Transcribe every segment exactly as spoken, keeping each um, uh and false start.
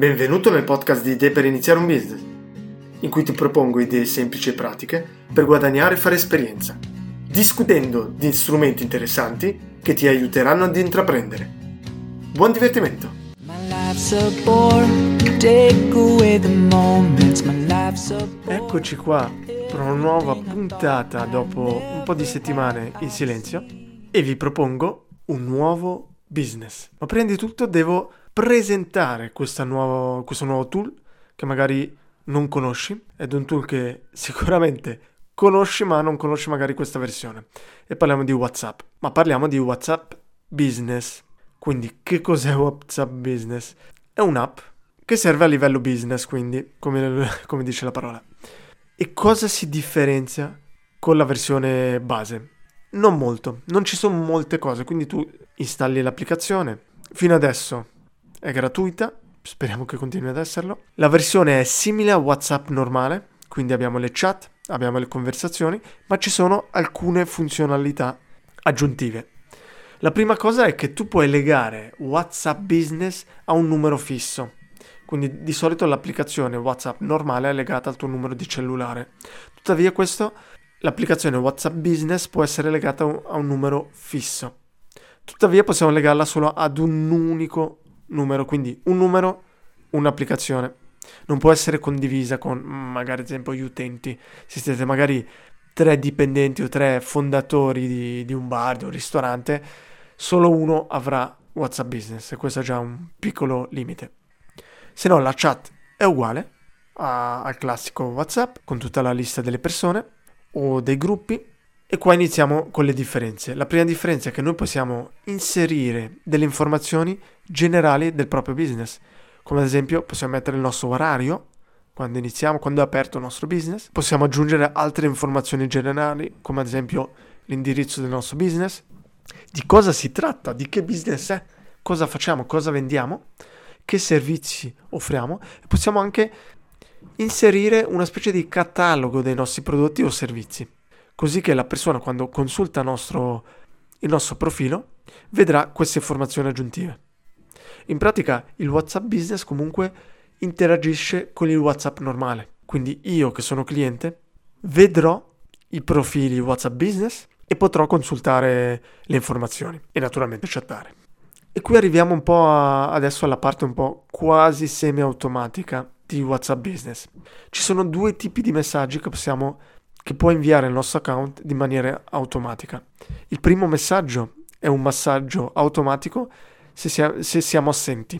Benvenuto nel podcast di Idee per iniziare un business, in cui ti propongo idee semplici e pratiche per guadagnare e fare esperienza, discutendo di strumenti interessanti che ti aiuteranno ad intraprendere. Buon divertimento! Eccoci qua per una nuova puntata dopo un po' di settimane in silenzio e vi propongo un nuovo business. Ma prima di tutto devo presentare questa nuovo, questo nuovo tool che magari non conosci. Ed è un tool che sicuramente conosci ma non conosci magari questa versione, e parliamo di WhatsApp, ma parliamo di WhatsApp Business. Quindi che cos'è WhatsApp Business? È un'app che serve a livello business, quindi come, come dice la parola. E cosa si differenzia con la versione base? Non molto, non ci sono molte cose, quindi tu installi l'applicazione. Fino adesso è gratuita, speriamo che continui ad esserlo. La versione è simile a WhatsApp normale, quindi abbiamo le chat, abbiamo le conversazioni, ma ci sono alcune funzionalità aggiuntive. La prima cosa è che tu puoi legare WhatsApp Business a un numero fisso. Quindi di solito l'applicazione WhatsApp normale è legata al tuo numero di cellulare. Tuttavia questo, l'applicazione WhatsApp Business può essere legata a un numero fisso. Tuttavia possiamo legarla solo ad un unico numero, quindi un numero, un'applicazione. Non può essere condivisa con magari ad esempio gli utenti. Se siete magari tre dipendenti o tre fondatori di, di un bar, di un ristorante, solo uno avrà WhatsApp Business, e questo è già un piccolo limite. Se no la chat è uguale a, al classico WhatsApp, con tutta la lista delle persone o dei gruppi. E qua iniziamo con le differenze. La prima differenza è che noi possiamo inserire delle informazioni generali del proprio business, come ad esempio possiamo mettere il nostro orario quando iniziamo, quando è aperto il nostro business. Possiamo aggiungere altre informazioni generali, come ad esempio l'indirizzo del nostro business, di cosa si tratta, di che business è, cosa facciamo, cosa vendiamo, che servizi offriamo. E possiamo anche inserire una specie di catalogo dei nostri prodotti o servizi, così che la persona, quando consulta il nostro, il nostro profilo, vedrà queste informazioni aggiuntive. In pratica il WhatsApp Business comunque interagisce con il WhatsApp normale. Quindi io che sono cliente vedrò i profili WhatsApp Business e potrò consultare le informazioni e naturalmente chattare. E qui arriviamo un po' a, adesso alla parte un po' quasi semi-automatica di WhatsApp Business. Ci sono due tipi di messaggi che possiamo che può inviare il nostro account di maniera automatica. Il primo messaggio è un messaggio automatico se, sia, se siamo assenti,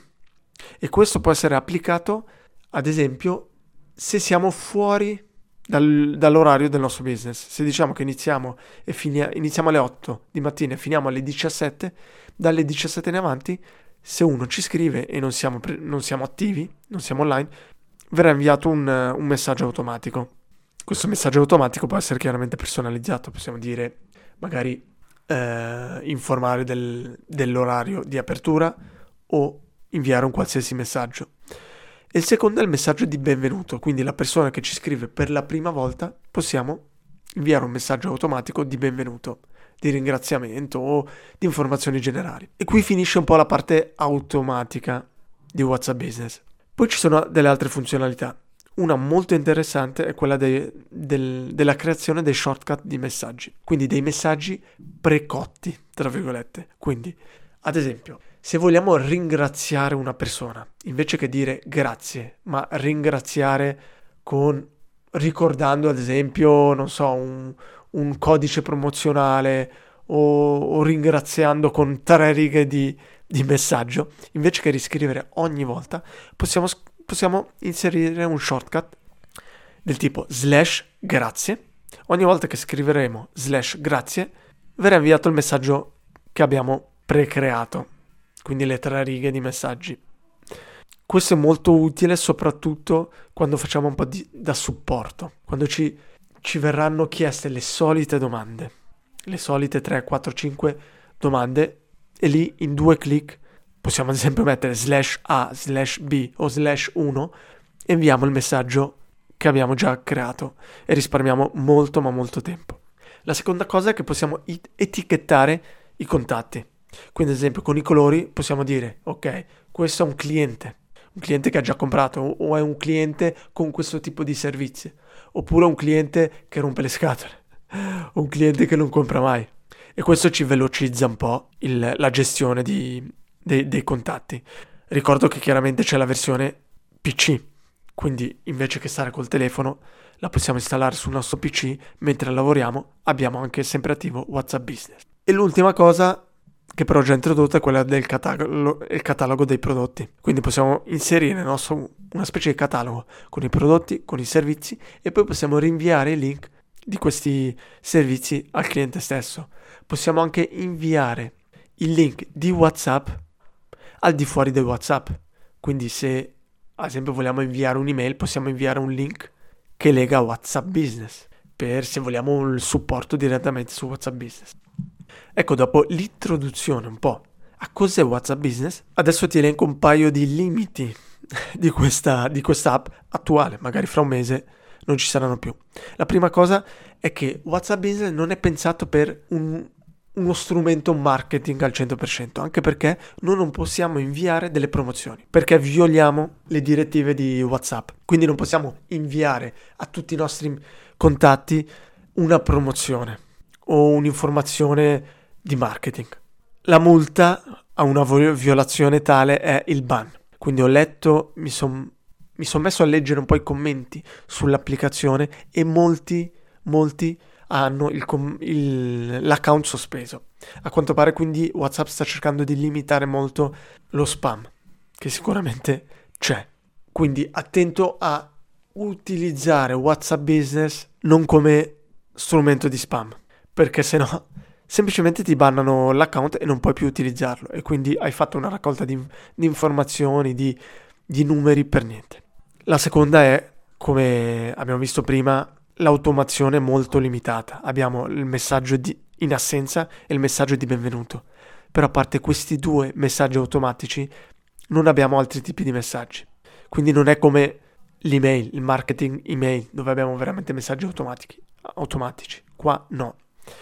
e questo può essere applicato ad esempio se siamo fuori dal, dall'orario del nostro business. Se diciamo che iniziamo, e finia, iniziamo alle otto di mattina e finiamo alle diciassette, dalle diciassette in avanti, se uno ci scrive e non siamo, non siamo attivi, non siamo online, verrà inviato un, un messaggio automatico. Questo messaggio automatico può essere chiaramente personalizzato, possiamo dire magari eh, informare del, dell'orario di apertura o inviare un qualsiasi messaggio. E il secondo è il messaggio di benvenuto, quindi la persona che ci scrive per la prima volta possiamo inviare un messaggio automatico di benvenuto, di ringraziamento o di informazioni generali. E qui finisce un po' la parte automatica di WhatsApp Business. Poi ci sono delle altre funzionalità. Una molto interessante è quella de, del, della creazione dei shortcut di messaggi, quindi dei messaggi precotti, tra virgolette. Quindi, ad esempio, se vogliamo ringraziare una persona, invece che dire grazie, ma ringraziare con, ricordando ad esempio, non so, un, un codice promozionale o, o ringraziando con tre righe di, di messaggio, invece che riscrivere ogni volta, possiamo scrivere possiamo inserire un shortcut del tipo slash grazie. Ogni volta che scriveremo slash grazie verrà inviato il messaggio che abbiamo precreato, quindi le tre righe di messaggi. Questo è molto utile soprattutto quando facciamo un po' di, da supporto, quando ci, ci verranno chieste le solite domande, le solite tre, quattro, cinque domande, e lì in due clic possiamo ad esempio mettere slash A, slash B o slash uno e inviamo il messaggio che abbiamo già creato e risparmiamo molto ma molto tempo. La seconda cosa è che possiamo it- etichettare i contatti. Quindi ad esempio con i colori possiamo dire ok, questo è un cliente, un cliente che ha già comprato o è un cliente con questo tipo di servizi, oppure un cliente che rompe le scatole, un cliente che non compra mai. E questo ci velocizza un po' il, la gestione di, dei, dei contatti. Ricordo che chiaramente c'è la versione P C, quindi invece che stare col telefono la possiamo installare sul nostro P C mentre lavoriamo, abbiamo anche sempre attivo WhatsApp Business. E l'ultima cosa che però ho già introdotto è quella del catalogo, il catalogo dei prodotti. Quindi possiamo inserire nel nostro una specie di catalogo con i prodotti, con i servizi, e poi possiamo rinviare i link di questi servizi al cliente stesso. Possiamo anche inviare il link di WhatsApp al di fuori di WhatsApp. Quindi se ad esempio vogliamo inviare un'email, possiamo inviare un link che lega a WhatsApp Business, per se vogliamo il supporto direttamente su WhatsApp Business. Ecco, dopo l'introduzione un po' a cos'è WhatsApp Business, adesso ti elenco un paio di limiti di questa, di questa app attuale. Magari fra un mese non ci saranno più. La prima cosa è che WhatsApp Business non è pensato per un, uno strumento marketing al cento per cento, anche perché noi non possiamo inviare delle promozioni, perché violiamo le direttive di WhatsApp. Quindi non possiamo inviare a tutti i nostri contatti una promozione o un'informazione di marketing. La multa a una violazione tale è il ban. Quindi ho letto, mi sono mi son messo a leggere un po' i commenti sull'applicazione e molti, molti hanno il com- il, l'account sospeso. A quanto pare quindi WhatsApp sta cercando di limitare molto lo spam, che sicuramente c'è. Quindi attento a utilizzare WhatsApp Business non come strumento di spam, perché sennò semplicemente ti bannano l'account e non puoi più utilizzarlo, e quindi hai fatto una raccolta di, di informazioni, di, di numeri per niente. La seconda è, come abbiamo visto prima, l'automazione molto limitata. Abbiamo il messaggio di, in assenza e il messaggio di benvenuto. Però a parte questi due messaggi automatici non abbiamo altri tipi di messaggi. Quindi non è come l'email, il marketing email, dove abbiamo veramente messaggi automatici. automatici. Qua no.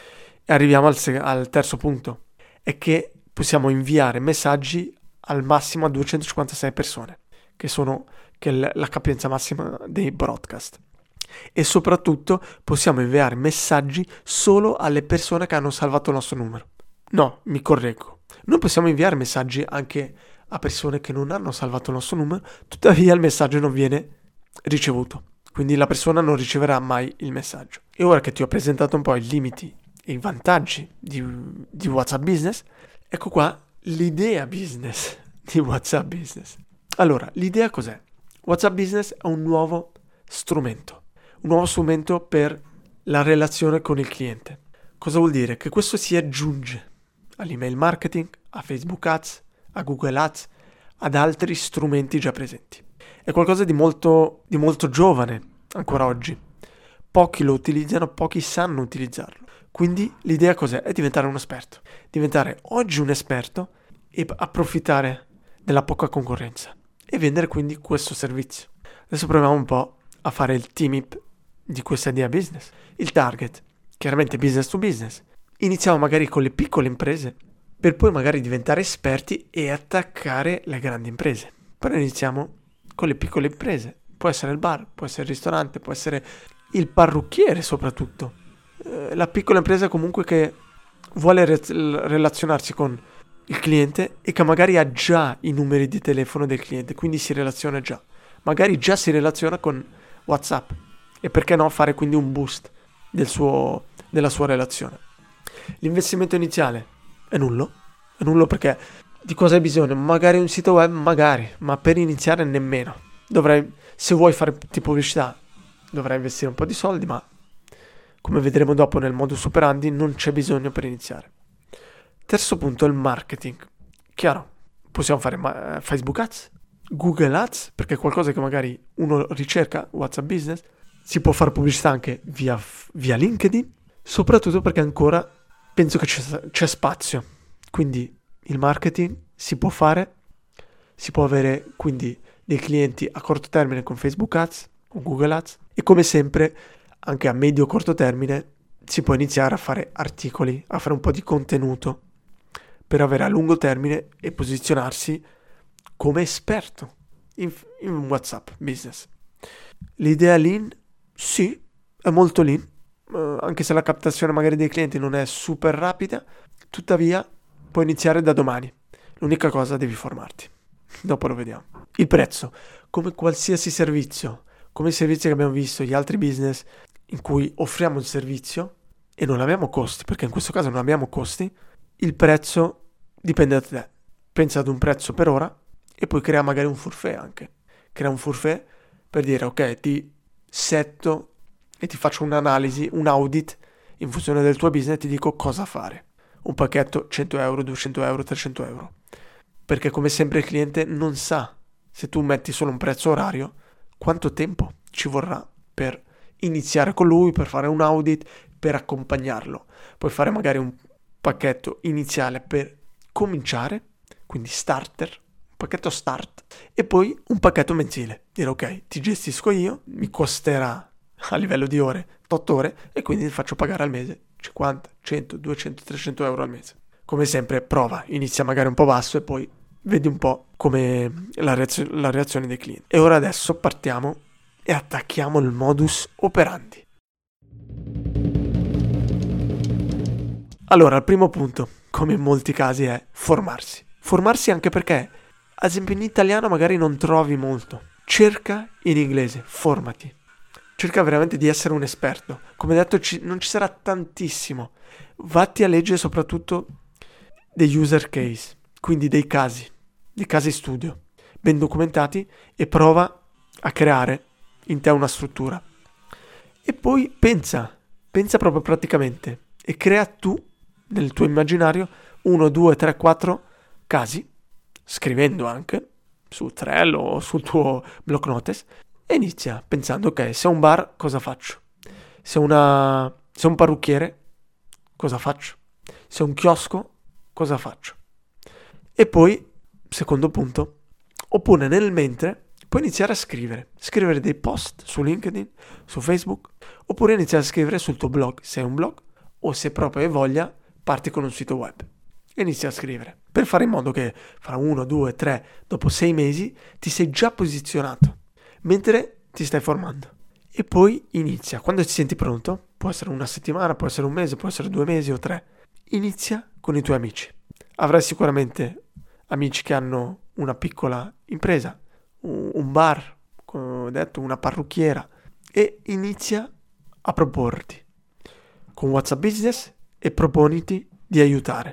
E arriviamo al, seg- al terzo punto, è che possiamo inviare messaggi al massimo a duecentocinquantasei persone, che sono che è l- la capienza massima dei broadcast. E soprattutto possiamo inviare messaggi solo alle persone che hanno salvato il nostro numero. No, mi correggo. Noi possiamo inviare messaggi anche a persone che non hanno salvato il nostro numero, tuttavia il messaggio non viene ricevuto. Quindi la persona non riceverà mai il messaggio. E ora che ti ho presentato un po' i limiti e i vantaggi di, di WhatsApp Business, ecco qua l'idea business di WhatsApp Business. Allora, l'idea cos'è? WhatsApp Business è un nuovo strumento, un nuovo strumento per la relazione con il cliente. Cosa vuol dire? Che questo si aggiunge all'email marketing, a Facebook Ads, a Google Ads, ad altri strumenti già presenti. È qualcosa di molto, di molto giovane ancora oggi. Pochi lo utilizzano, pochi sanno utilizzarlo. Quindi l'idea cos'è? È diventare un esperto. Diventare oggi un esperto e approfittare della poca concorrenza e vendere quindi questo servizio. Adesso proviamo un po' a fare il team up di questa idea business. Il target, chiaramente business to business. Iniziamo magari con le piccole imprese per poi magari diventare esperti e attaccare le grandi imprese. Però iniziamo con le piccole imprese. Può essere il bar, può essere il ristorante, può essere il parrucchiere soprattutto. Eh, la piccola impresa comunque che vuole re- relazionarsi con il cliente e che magari ha già i numeri di telefono del cliente, quindi si relaziona già. Magari già si relaziona con WhatsApp. E perché no fare quindi un boost del suo, della sua relazione. L'investimento iniziale è nullo. È nullo perché di cosa hai bisogno? Magari un sito web, magari, ma per iniziare nemmeno. Dovrai, se vuoi fare pubblicità, dovrai investire un po' di soldi, ma come vedremo dopo nel modus operandi non c'è bisogno per iniziare. Terzo punto è il marketing. Chiaro, possiamo fare ma- Facebook Ads, Google Ads, perché è qualcosa che magari uno ricerca, WhatsApp Business. Si può fare pubblicità anche via, via LinkedIn, soprattutto perché ancora penso che c'è, c'è spazio. Quindi il marketing si può fare, si può avere quindi dei clienti a corto termine con Facebook Ads o Google Ads, e come sempre anche a medio corto termine si può iniziare a fare articoli, a fare un po' di contenuto per avere a lungo termine e posizionarsi come esperto in, in WhatsApp Business. L'idea lean, sì, è molto lean, eh, anche se la captazione magari dei clienti non è super rapida, tuttavia puoi iniziare da domani. L'unica cosa, devi formarti. Dopo lo vediamo. Il prezzo, come qualsiasi servizio, come i servizi che abbiamo visto, gli altri business in cui offriamo un servizio e non abbiamo costi, perché in questo caso non abbiamo costi, il prezzo dipende da te. Pensa ad un prezzo per ora e poi crea magari un forfait anche. Crea un forfait per dire ok, ti setto e ti faccio un'analisi, un audit in funzione del tuo business e ti dico cosa fare. Un pacchetto cento euro, duecento euro, trecento euro. Perché come sempre il cliente non sa, se tu metti solo un prezzo orario, quanto tempo ci vorrà per iniziare con lui, per fare un audit, per accompagnarlo. Puoi fare magari un pacchetto iniziale per cominciare, quindi starter, un pacchetto start, e poi un pacchetto mensile. Dire ok, ti gestisco io, mi costerà a livello di ore otto ore e quindi ti faccio pagare al mese cinquanta, cento, duecento, trecento euro al mese. Come sempre prova, inizia magari un po' basso e poi vedi un po' come la, reazio- la reazione dei clienti. E ora adesso partiamo e attacchiamo il modus operandi. Allora, il primo punto, come in molti casi, è formarsi. Formarsi anche perché, ad esempio in italiano magari non trovi molto. Cerca in inglese, formati. Cerca veramente di essere un esperto. Come detto, ci, non ci sarà tantissimo. Vatti a leggere soprattutto degli user case, quindi dei casi, dei casi studio, ben documentati, e prova a creare in te una struttura. E poi pensa, pensa proprio praticamente e crea tu, nel tuo immaginario, uno, due, tre, quattro casi, scrivendo anche su Trello o sul tuo block notes, e inizia pensando ok, se ho un bar cosa faccio? Se una se ho un parrucchiere cosa faccio? Se ho un chiosco cosa faccio? E poi, secondo punto, oppure nel mentre puoi iniziare a scrivere, scrivere dei post su LinkedIn, su Facebook, oppure iniziare a scrivere sul tuo blog, se è un blog, o se proprio hai voglia, parti con un sito web e inizi a scrivere, per fare in modo che fra uno, due, tre, dopo sei mesi ti sei già posizionato, mentre ti stai formando. E poi inizia, quando ti senti pronto, può essere una settimana, può essere un mese, può essere due mesi o tre, inizia con i tuoi amici. Avrai sicuramente amici che hanno una piccola impresa, un bar, come ho detto, una parrucchiera, e inizia a proporti con WhatsApp Business e proponiti di aiutare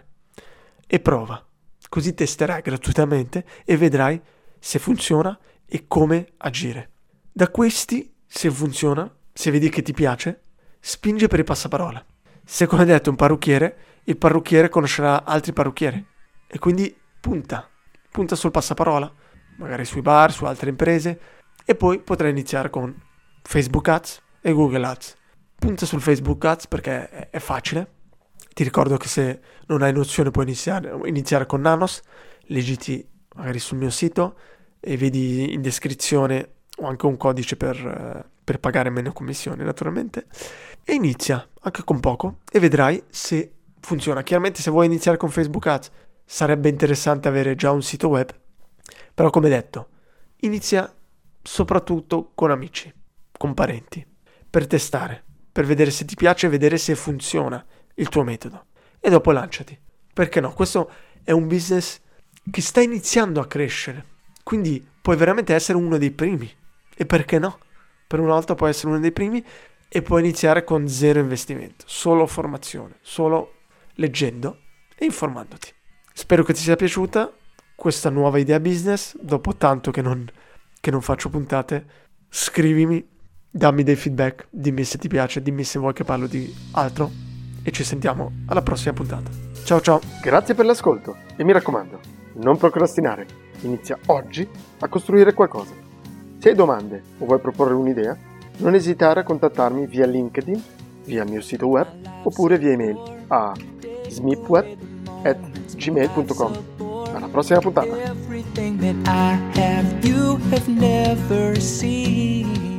e prova, così testerai gratuitamente e vedrai se funziona e come agire. Da questi, se funziona, se vedi che ti piace, spinge per il passaparola. Se, come detto, un parrucchiere, il parrucchiere conoscerà altri parrucchieri e quindi punta, punta sul passaparola, magari sui bar, su altre imprese, e poi potrai iniziare con Facebook Ads e Google Ads. Punta sul Facebook Ads perché è, è facile. Ti ricordo che se non hai nozione puoi iniziare, iniziare con Nanos, leggiti magari sul mio sito e vedi in descrizione o anche un codice per, per pagare meno commissioni naturalmente, e inizia anche con poco e vedrai se funziona. Chiaramente se vuoi iniziare con Facebook Ads sarebbe interessante avere già un sito web, però come detto inizia soprattutto con amici, con parenti, per testare, per vedere se ti piace, vedere se funziona il tuo metodo e dopo lanciati. Perché no? Questo è un business che sta iniziando a crescere, quindi puoi veramente essere uno dei primi. E perché no? Per una volta puoi essere uno dei primi e puoi iniziare con zero investimento, solo formazione, solo leggendo e informandoti. Spero che ti sia piaciuta questa nuova idea business. Dopo tanto che non, che non faccio puntate, scrivimi, dammi dei feedback, dimmi se ti piace, dimmi se vuoi che parlo di altro e ci sentiamo alla prossima puntata. Ciao ciao! Grazie per l'ascolto e mi raccomando, non procrastinare, inizia oggi a costruire qualcosa. Se hai domande o vuoi proporre un'idea, non esitare a contattarmi via LinkedIn, via il mio sito web oppure via email a smipweb at gmail punto com. Alla prossima puntata!